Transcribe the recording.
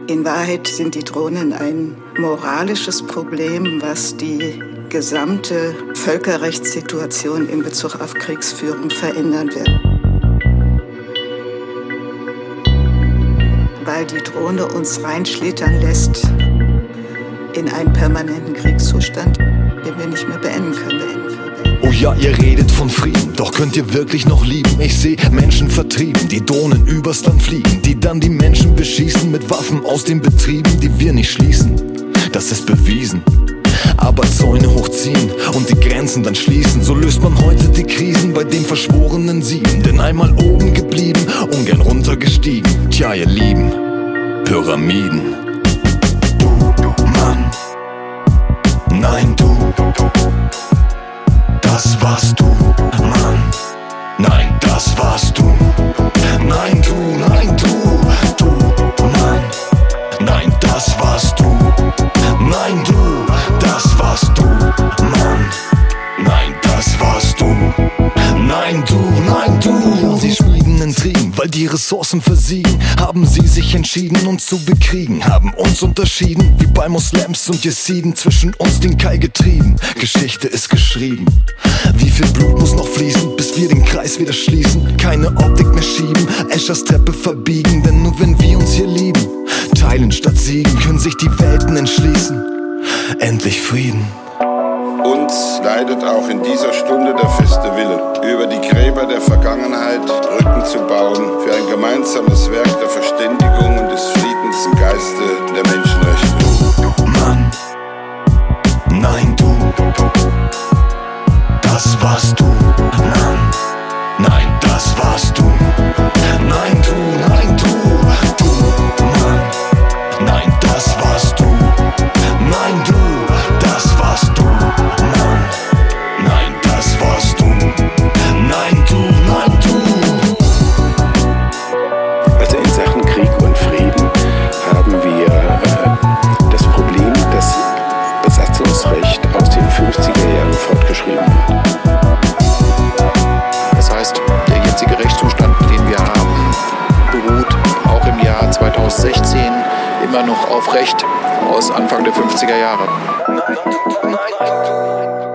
In Wahrheit sind die Drohnen ein moralisches Problem, was die gesamte Völkerrechtssituation in Bezug auf Kriegsführung verändern wird. Weil die Drohne uns reinschlittern lässt in einen permanenten Kriegszustand, den wir nicht mehr beenden können. Oh ja, ihr redet von Frieden, doch könnt ihr wirklich noch lieben? Ich seh Menschen vertrieben, die Drohnen übers Land fliegen, die dann die Menschen beschießen mit Waffen aus den Betrieben, die wir nicht schließen. Das ist bewiesen. Aber Zäune hochziehen und die Grenzen dann schließen, so löst man heute die Krisen bei den verschworenen Siegen. Denn einmal oben geblieben, ungern runtergestiegen. Tja, ihr Lieben, Pyramiden. Du, Mann, nein, du. Das warst du, Mann. Nein, das warst du. Nein, du, nein, du, Mann. Nein, das warst du. Nein, du, das warst du, Mann. Nein, das warst du. Nein, du, nein, du. Sie schmieden Intrigen, weil die Ressourcen versiegen. Haben sie sich entschieden, uns zu bekriegen. Haben uns unterschieden, wie bei Moslems und Jesiden. Zwischen uns den Keil getrieben. Geschichte ist geschrieben. Wie viel Blut muss noch fließen, bis wir den Kreis wieder schließen? Keine Optik mehr schieben, Eschers Treppe verbiegen. Denn nur wenn wir uns hier lieben, teilen statt siegen, können sich die Welten entschließen. Endlich Frieden. Uns leidet auch in dieser Stunde der feste Wille, über die Gräber der Vergangenheit Brücken zu bauen für ein gemeinsames Werk der Verständigung und des Friedens im Geiste der Menschenrechte. Du, Mann, nein, du, das warst du, Mann, nein, das warst du, nein, du, nein, du, Mann, nein, das warst du, nein, du, das warst du, Mann, nein, das warst du, nein, du, nein, du. Also in Sachen Krieg und Frieden haben wir das Problem, dass Besatzungsrecht aus den 50er Jahren fortgeschrieben wird. Das heißt, der jetzige Rechtszustand, den wir haben, beruht auch im Jahr 2016 immer noch auf Recht aus Anfang der 50er Jahre. Nein, nein.